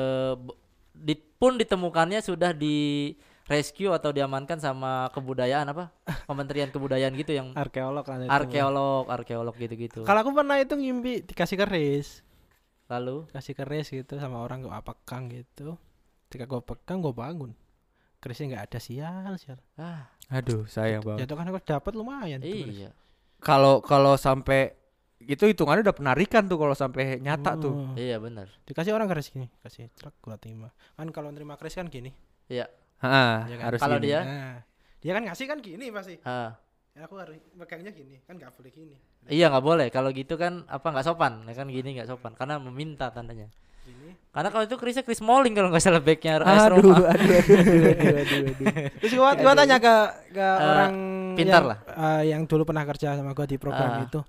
pun ditemukannya sudah di rescue atau diamankan sama kebudayaan Kementerian Kebudayaan gitu yang arkeolog gitu. Kalau aku pernah itu ngimpi dikasih keris. Lalu kasih keris gitu sama orang, gue pegang gitu. Ketika gue pegang, gue bangun, kerisnya nggak ada. Sial. Aduh sayang banget. Jatuh kan aku dapat lumayan. Iya. Kalau sampai itu hitungannya udah penarikan tuh kalau sampai nyata tuh. Iya benar. Dikasih orang keris gini, kasih truk gue terima. Kan kalau terima keris kan gini. Iya. Kan? Harus kalau dia dia kan ngasih kan gini pasti. Ya aku harus pegangnya gini, kan nggak boleh gini. Iya nggak boleh, kalau gitu kan nggak sopan, ya kan gini nggak sopan, karena meminta tandanya. Gini. Karena kalau itu kerisnya Chris Smalling kalau nggak salah backnya AS Roma. Aduh. Terus gua tanya ke orang pintar lah, yang dulu pernah kerja sama gua di program itu.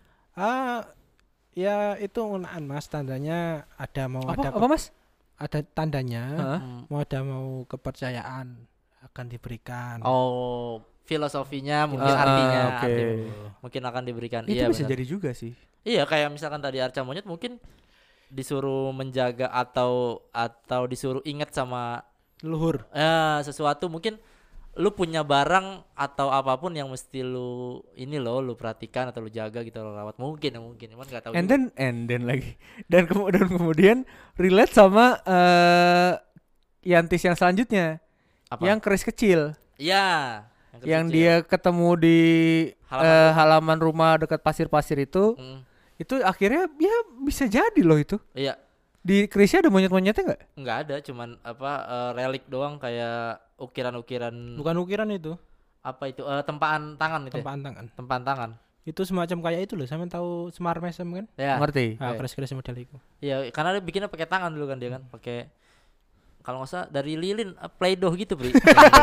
Ya itu unaan mas, tandanya ada mau apa mas? Ada tandanya mau kepercayaan akan diberikan. Filosofinya mungkin artinya mungkin akan diberikan. Itu bisa jadi juga sih. Iya, kayak misalkan tadi arca monyet mungkin disuruh menjaga atau disuruh ingat sama leluhur. Sesuatu, mungkin lu punya barang atau apapun yang mesti lu perhatikan atau lu jaga gitu, lu rawat, mungkin cuman enggak tahu. And then lagi dan kemudian relate sama Yantis yang selanjutnya. Yang keris kecil. Iya. Yang dia ketemu di halaman rumah dekat pasir-pasir itu. Itu akhirnya ya bisa jadi loh itu. Iya. Di kerisnya ada monyet-monyetnya nggak? Nggak ada, cuman relik doang, kayak ukiran-ukiran. Bukan ukiran itu. Apa itu? Tempaan tangan itu. Tempaan tangan. Itu semacam kayak itu loh. Sampeyan tahu Semar Mesem kan? Ya. Ngerti. Keris-keris model itu. Iya, karena dia bikinnya pakai tangan dulu kan dia kan, pakai kalau nggak salah dari lilin, Play-Doh gitu, Bri.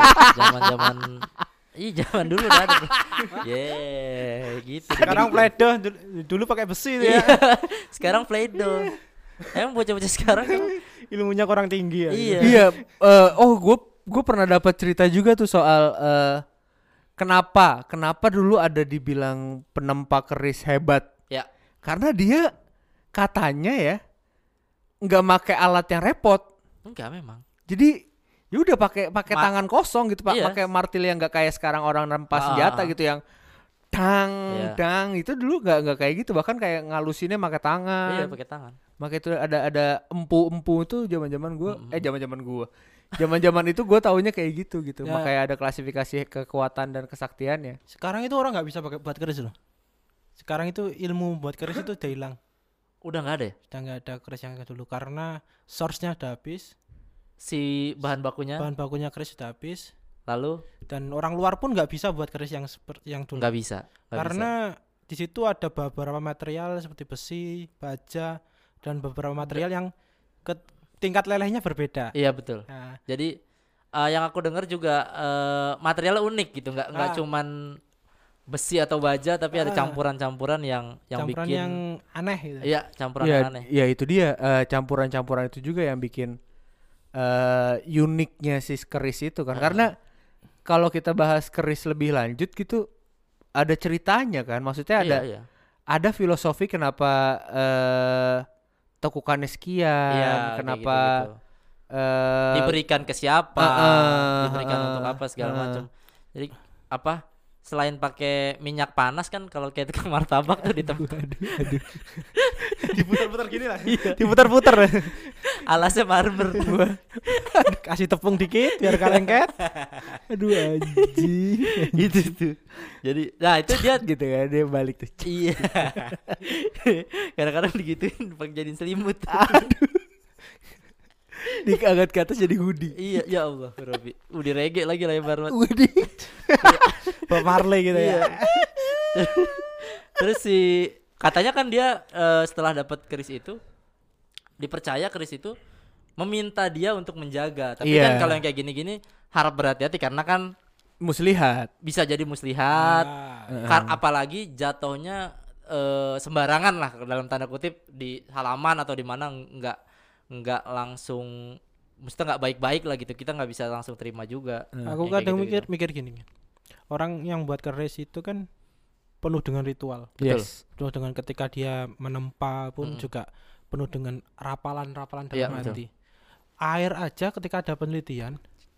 Zaman dulu udah ada. Gitu. Sekarang Play-Doh, dulu pakai besi ya. Sekarang Play-Doh. Emang bocah-bocah sekarang ilmunya kurang tinggi ya. Iya. Gue pernah dapat cerita juga tuh soal kenapa dulu ada dibilang penempa keris hebat. Ya. Karena dia katanya ya nggak pakai alat yang repot. Enggak memang. Jadi ya udah pakai tangan kosong gitu, pakai martil yang nggak kayak sekarang orang nempas senjata gitu yang dang itu dulu nggak kayak gitu, bahkan kayak ngalusinnya pakai tangan. Iya, pakai tangan. Makanya itu ada empu itu zaman-zaman itu gue taunya kayak gitu ya. Makanya ada klasifikasi kekuatan dan kesaktiannya. Sekarang itu orang nggak bisa buat keris loh. Sekarang itu ilmu buat keris itu udah hilang. Udah nggak ada ya? Sudah nggak ada keris yang kayak dulu karena source-nya udah habis. Si bahan bakunya keris sudah habis. Lalu dan orang luar pun nggak bisa buat keris yang seperti yang dulu. Nggak bisa. Karena di situ ada beberapa material seperti besi, baja, dan beberapa material yang tingkat lelehnya berbeda. Iya betul. Nah. Jadi yang aku dengar juga materialnya unik gitu, nggak cuman besi atau baja, tapi ada campuran-campuran yang campuran bikin yang aneh gitu. Iya, campuran yang aneh. Iya, itu dia campuran-campuran itu juga yang bikin uniknya si keris itu kan. Karena kalau kita bahas keris lebih lanjut gitu ada ceritanya kan. Maksudnya ada filosofi kenapa tekukannya sekian, kenapa gitu. Diberikan ke siapa, diberikan untuk apa segala macam. Jadi apa? Selain pakai minyak panas kan kalau kayak tukang martabak tuh aduh. Diputar-putar gini lah. Diputar-putar. Alasnya marmer. Kasih tepung dikit biar kalengket. Aduh anjing. Gitu tuh. Jadi nah itu dia gitu kan, dia balik tuh. Iya. Kadang-kadang digituin pakai jadiin selimut. Aduh. Diangkat ke atas jadi hoodie. Iya, ya Allah, Robi. Hoodie reggae lagi lebar banget. Hoodie. Bob Marley gitu ya. Terus katanya kan dia setelah dapat keris itu dipercaya keris itu meminta dia untuk menjaga. Tapi kan kalau yang kayak gini-gini harap berhati-hati karena kan muslihat. Bisa jadi muslihat. Apalagi jatuhnya sembarangan lah dalam tanda kutip di halaman atau di mana nggak langsung, mesti nggak baik-baik lah gitu, kita nggak bisa langsung terima juga. Aku kadang mikir gini, orang yang buat keris itu kan penuh dengan ritual. Yes. Penuh dengan ketika dia menempa pun juga penuh dengan rapalan-rapalan dalam hati. Air aja ketika ada penelitian,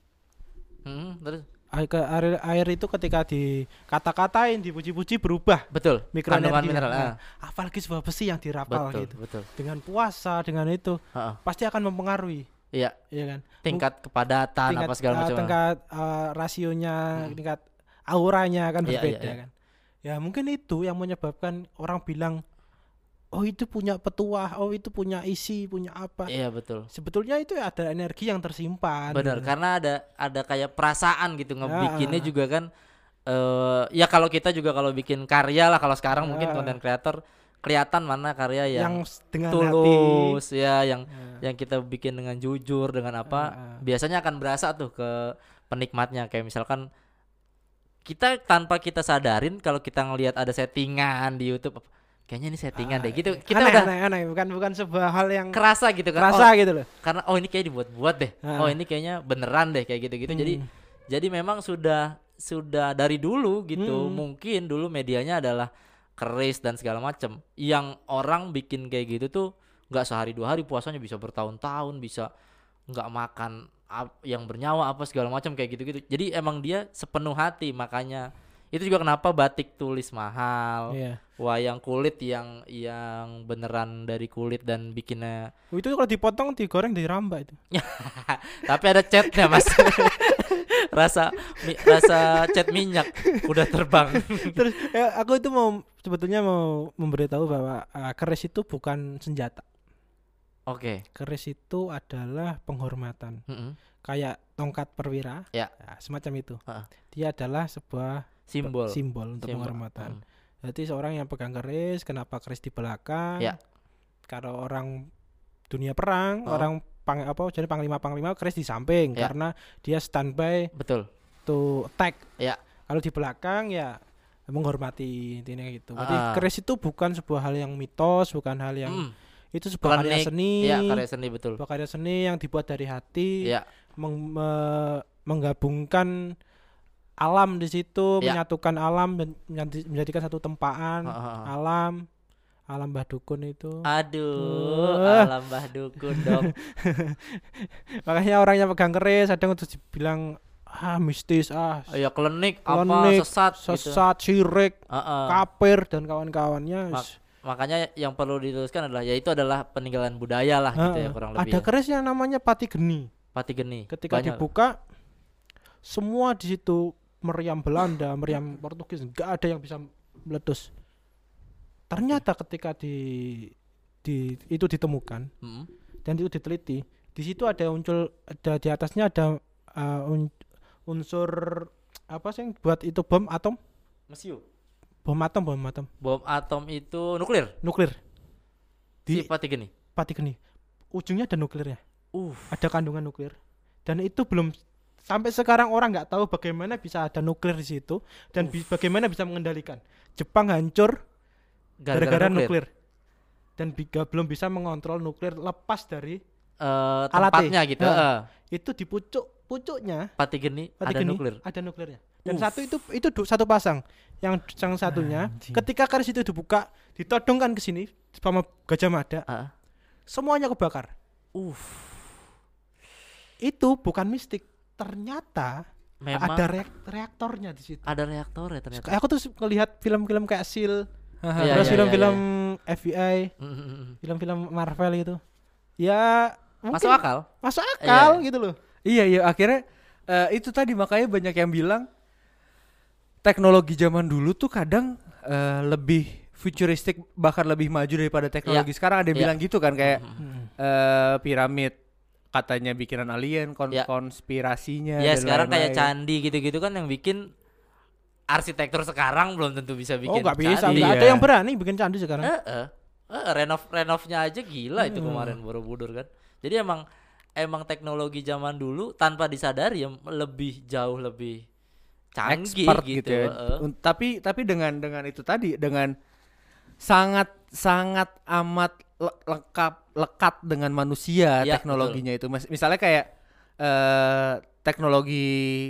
terus air itu ketika dikata-katain, dipuji-puji berubah. Betul. Kandungan mineral. Apalagi sebuah besi yang dirapal gitu. Betul. Dengan puasa, dengan itu pasti akan mempengaruhi. Iya kan. Tingkat kepadatan apa segala macam. Tingkat rasionya, tingkat auranya akan berbeda kan. Ya mungkin itu yang menyebabkan orang bilang, oh itu punya petuah, oh itu punya isi, punya apa. Iya betul. Sebetulnya itu ada energi yang tersimpan. Benar, karena ada kayak perasaan gitu ngebikinnya juga kan. Ya kalau kita juga kalau bikin karya lah, kalau sekarang mungkin content creator kelihatan mana karya yang dengan tulus hati. Ya yang kita bikin dengan jujur, dengan apa biasanya akan berasa tuh ke penikmatnya. Kayak misalkan kita tanpa kita sadarin kalau kita ngelihat ada settingan di YouTube, kayaknya ini settingan deh gitu. Kita aneh, bukan sebuah hal yang kerasa gitu kan. Kerasa gitu loh. Karena ini kayak dibuat-buat deh. Oh ini kayaknya beneran deh kayak gitu-gitu. Jadi memang sudah dari dulu gitu. Mungkin dulu medianya adalah keris dan segala macam. Yang orang bikin kayak gitu tuh enggak sehari 2 hari, puasanya bisa bertahun-tahun, bisa enggak makan yang bernyawa apa segala macam kayak gitu-gitu. Jadi emang dia sepenuh hati, makanya itu juga kenapa batik tulis mahal. Wayang kulit yang beneran dari kulit dan bikinnya. Itu kalau dipotong, digoreng, dirambak itu. Tapi ada catnya mas. rasa cat minyak udah terbang. Terus aku itu sebetulnya mau memberitahu bahwa keris itu bukan senjata. Oke. Keris itu adalah penghormatan. Kayak tongkat perwira. Ya. Semacam itu. Dia adalah sebuah simbol untuk penghormatan. Jadi seorang yang pegang keris, kenapa keris di belakang? Ya. Kalau orang dunia perang, orang jadi panglima keris di samping karena dia standby. Betul. To attack. Ya. Kalau di belakang ya menghormati, intinya gitu. Jadi keris itu bukan sebuah hal yang mitos, bukan hal yang itu sebuah karya seni. Ya, karya seni betul. Sebuah karya seni yang dibuat dari hati. Ya. Menggabungkan alam di situ, menyatukan alam dan menjadikan satu tempaan. Alam Mbah Dukun itu. Aduh, alam Mbah Dukun dong. Makanya orangnya pegang keris kadang terus dibilang mistis, ya klinik apa sesat gitu. Syirik, kafir dan kawan-kawannya. Makanya yang perlu dituliskan adalah itu adalah peninggalan budaya lah gitu ya kurang lebih. Ada keris yang namanya Pati Geni. Ketika dibuka semua di situ meriam Belanda, meriam Portugis, enggak ada yang bisa meletus. Ternyata ketika itu ditemukan dan itu diteliti. Di situ ada di atasnya ada unsur apa sih yang buat itu bom atom? Mesiu. Bom atom. Bom atom itu nuklir. Di Patigeni. Ujungnya ada nuklirnya. Ada kandungan nuklir. Dan itu belum sampai sekarang orang nggak tahu bagaimana bisa ada nuklir di situ dan bagaimana bisa mengendalikan. Jepang hancur gara-gara nuklir. Dan belum bisa mengontrol nuklir lepas dari tempatnya gitu. Itu di pucuknya Patigeni ada nuklirnya. Dan itu satu pasang. Yang satunya ketika keris itu dibuka, ditodongkan ke sini sama Gajah Mada. Semuanya kebakar. Itu bukan mistik. Ternyata memang ada reaktornya di situ. Ada reaktornya ternyata. Aku tuh ngelihat film-film kayak SEAL, terus film-film FBI, film-film Marvel itu. Ya masuk akal gitu loh. Iya akhirnya itu tadi makanya banyak yang bilang teknologi zaman dulu tuh kadang lebih futuristik, bahkan lebih maju daripada teknologi sekarang. Ada yang bilang gitu kan, kayak piramid katanya bikinan alien, konspirasinya. Ya sekarang kayak candi gitu-gitu kan yang bikin arsitektur sekarang belum tentu bisa bikin. Nggak bisa, nggak ada yang berani bikin candi sekarang. Renovnya aja gila itu kemarin Borobudur kan. Jadi emang teknologi zaman dulu tanpa disadari ya jauh lebih canggih gitu ya. Tapi dengan itu tadi, dengan sangat amat lekat dengan manusia teknologinya betul. Itu misalnya kayak teknologi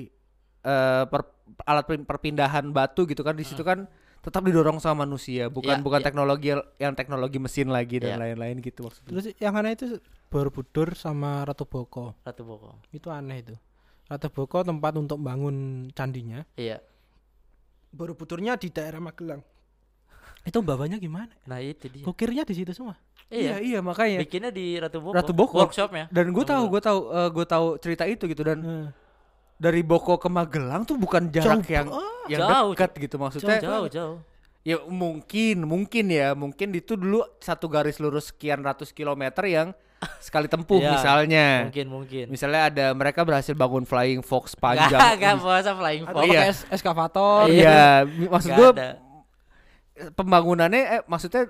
alat perpindahan batu gitu kan, di situ kan tetap didorong sama manusia, bukan teknologi mesin lagi dan lain-lain gitu maksudnya. Terus yang aneh itu Borobudur sama Ratu Boko. Itu aneh itu. Ratu Boko tempat untuk bangun candinya. Iya. Borobudurnya di daerah Magelang. Itu bawahnya gimana? Nah itu dia. Kukirnya di situ semua. Iya makanya. Bikinnya di Ratu Boko. Workshopnya. Dan gue tahu cerita itu gitu, dan dari Boko ke Magelang tuh bukan jarak yang dekat gitu maksudnya. Jauh. Ya mungkin itu dulu satu garis lurus sekian ratus kilometer yang sekali tempuh misalnya. Mungkin. Misalnya mereka berhasil bangun flying fox panjang. Gak puasa flying fox. Pakai eskavator. Iya, maksud gue pembangunannya maksudnya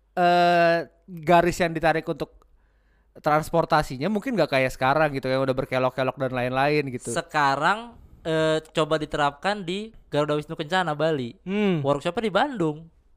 garis yang ditarik untuk transportasinya mungkin gak kayak sekarang gitu yang udah berkelok-kelok dan lain-lain gitu. Sekarang coba diterapkan di Garuda Wisnu Kencana Bali. Workshopnya di Bandung.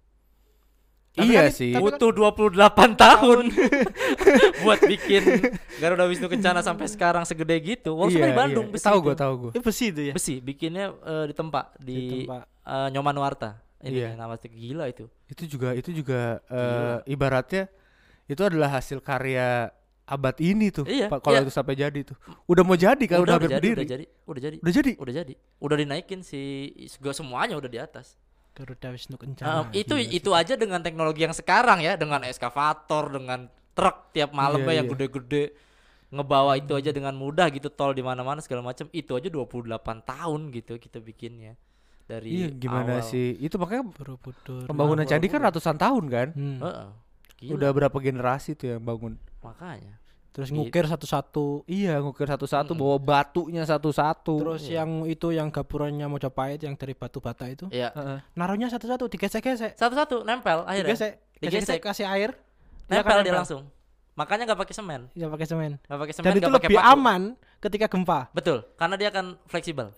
Iya sih. Butuh 28 tahun buat bikin Garuda Wisnu Kencana sampai sekarang segede gitu. Workshopnya di Bandung. Tahu gue. Besi itu ya. Besi, bikinnya di tempat di Nyomanuarta. Ini nama gila itu. Itu juga ibaratnya itu adalah hasil karya abad ini tuh. Kalau itu sampai jadi tuh. Udah mau jadi kan, udah hampir berdiri. Udah jadi. Udah dinaikin semuanya udah di atas. Garuda Wisnu Kencana. Itu aja dengan teknologi yang sekarang ya, dengan eskavator, dengan truk tiap malam yang gede-gede ngebawa itu aja dengan mudah gitu, tol di mana-mana segala macam. Itu aja 28 tahun gitu kita bikinnya. Dari gimana awal. sih? Itu makanya Borobudur. Pembangunan candi kan ratusan tahun kan? Gila. Udah berapa generasi tuh yang bangun? Makanya. Terus ngukir satu-satu. Ngukir satu-satu, bawa batunya satu-satu. Terus yang gapurannya Mojopahit yang dari batu bata itu. Naruhnya satu-satu, digesek-gesek. Satu-satu nempel akhirnya. Digesek kasih air. Nempel dia langsung. Makanya enggak pakai semen. Iya pakai semen. Dan itu lebih aman ketika gempa. Betul, karena dia akan fleksibel.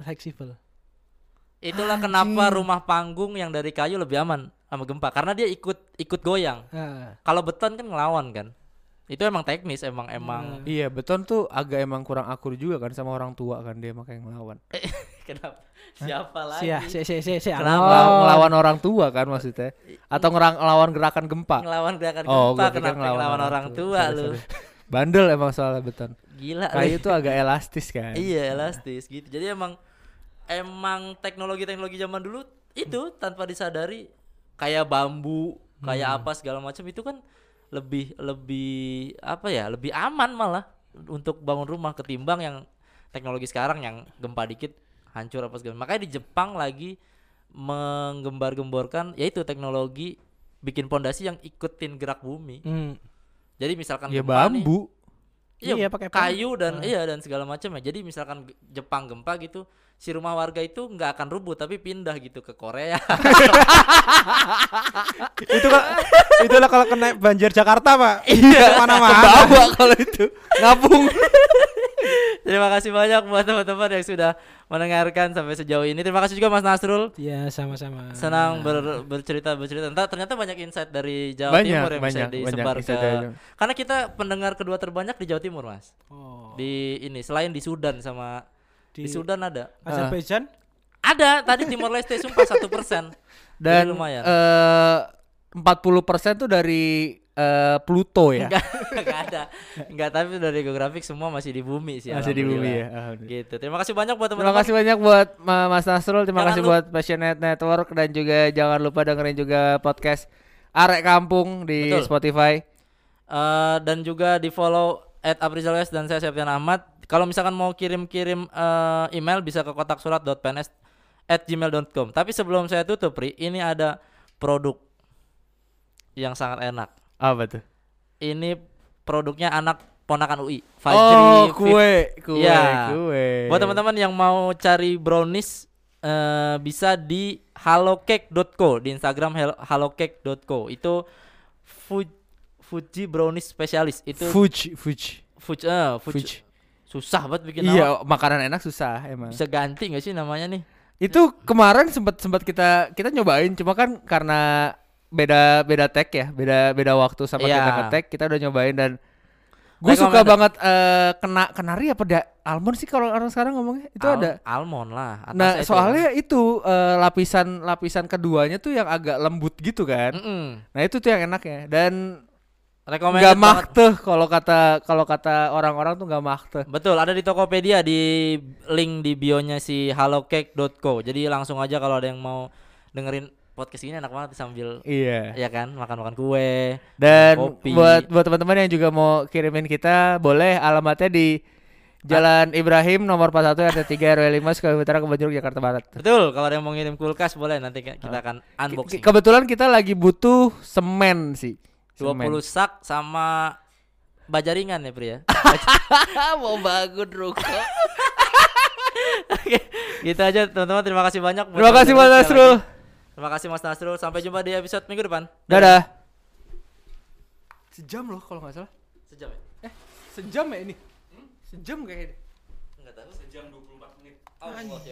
Itulah Anjing. kenapa rumah panggung yang dari kayu lebih aman sama gempa, karena dia ikut goyang. Kalau beton kan ngelawan kan. Itu emang teknis, emang. Iya, beton tuh agak emang kurang akur juga kan sama orang tua kan, dia makanya ngelawan. Kenapa? Siapa lagi? Ngelawan orang tua kan maksudnya? Atau ngelawan gerakan gempa? Ngelawan gerakan gempa, kenapa ngelawan orang tua lu? Bandel emang soalnya beton. Gila. Kayu tuh agak elastis kan. Iya, elastis gitu. Jadi emang teknologi zaman dulu itu tanpa disadari, kayak bambu, kayak apa segala macam itu kan lebih lebih aman malah untuk bangun rumah ketimbang yang teknologi sekarang yang gempa dikit hancur apa segala. Makanya di Jepang lagi menggembar-gemborkan yaitu teknologi bikin pondasi yang ikutin gerak bumi. Jadi misalkan ya gempa bambu. Iya, pakai kayu dan dan segala macam ya. Jadi misalkan Jepang gempa gitu, si rumah warga itu nggak akan rubuh tapi pindah gitu ke Korea. Itulah kalau kena banjir Jakarta, Pak. Iya, mana-mana. Bawa kalau itu ngapung. Terima kasih banyak buat teman-teman yang sudah mendengarkan sampai sejauh ini. Terima kasih juga Mas Nasrul. Iya, sama-sama. Senang bercerita. Ternyata banyak insight dari Jawa Timur yang bisa disebar ke. Karena kita pendengar kedua terbanyak di Jawa Timur, Mas. Di ini selain di Sudan sama di Sudan ada. Azerbaijan? Ada. Tadi Timor Leste sumpah 1%. Dan lumayan. 40% tuh dari Pluto ya. Enggak ada. Enggak, tapi dari geografik semua masih di bumi sih. Masih di bumi ya. Gitu. Terima kasih banyak buat teman-teman. Terima kasih banyak buat Mas Nasrul, terima kasih buat Passionate Network, dan juga jangan lupa dengerin juga podcast Arek Kampung di Spotify. Dan juga di follow @aprizalwes dan saya Septian Ahmad. Kalau misalkan mau kirim-kirim email bisa ke kotaksurat.pns@gmail.com. Tapi sebelum saya tutup, Pri, ini ada produk yang sangat enak. Apa tuh? Ini produknya anak ponakan UI, Fajri. Kue. Buat teman-teman yang mau cari brownies bisa di hallocake.co, di Instagram hallocake.co. Itu Fuji brownies spesialis. Itu Fuji. Susah banget bikin nama. Iya, makanan enak susah emang. Bisa ganti enggak sih namanya nih? Itu kemarin sempat kita nyobain, cuma kan karena beda tag ya, beda waktu sama kita nge-tag, kita udah nyobain dan gue suka banget kenari apa almond sih kalau orang sekarang ngomongnya itu ada almond lah. Nah soalnya itu lapisan keduanya tuh yang agak lembut gitu kan. Nah itu tuh yang enaknya dan nggak makteh kalau kata orang-orang tuh nggak makteh. Betul, ada di Tokopedia, di link di bionya si hallocake.co. Jadi langsung aja kalau ada yang mau dengerin podcast ini enak banget sambil ya kan makan kue dan kopi. buat teman-teman yang juga mau kirimin kita boleh, alamatnya di Jalan Ibrahim nomor 41 RT 3 RW 5 Sukabumi Utara Kebon Jakarta Barat. Betul, kalau ada yang mau ngirim kulkas boleh, nanti kita akan unboxing. Kebetulan kita lagi butuh semen sih. 20 sak sama baja ringan ya, Pri ya. Mau bangun ruko. Oke, gitu aja teman-teman, terima kasih banyak. Terima kasih Mas Nasrul. Terima kasih Mas Nasrul. Sampai jumpa di episode minggu depan. Dadah. Sejam loh kalau nggak salah. Sejam ya? Sejam ya ini? Sejam kayaknya. Enggak tahu, sejam 24 menit.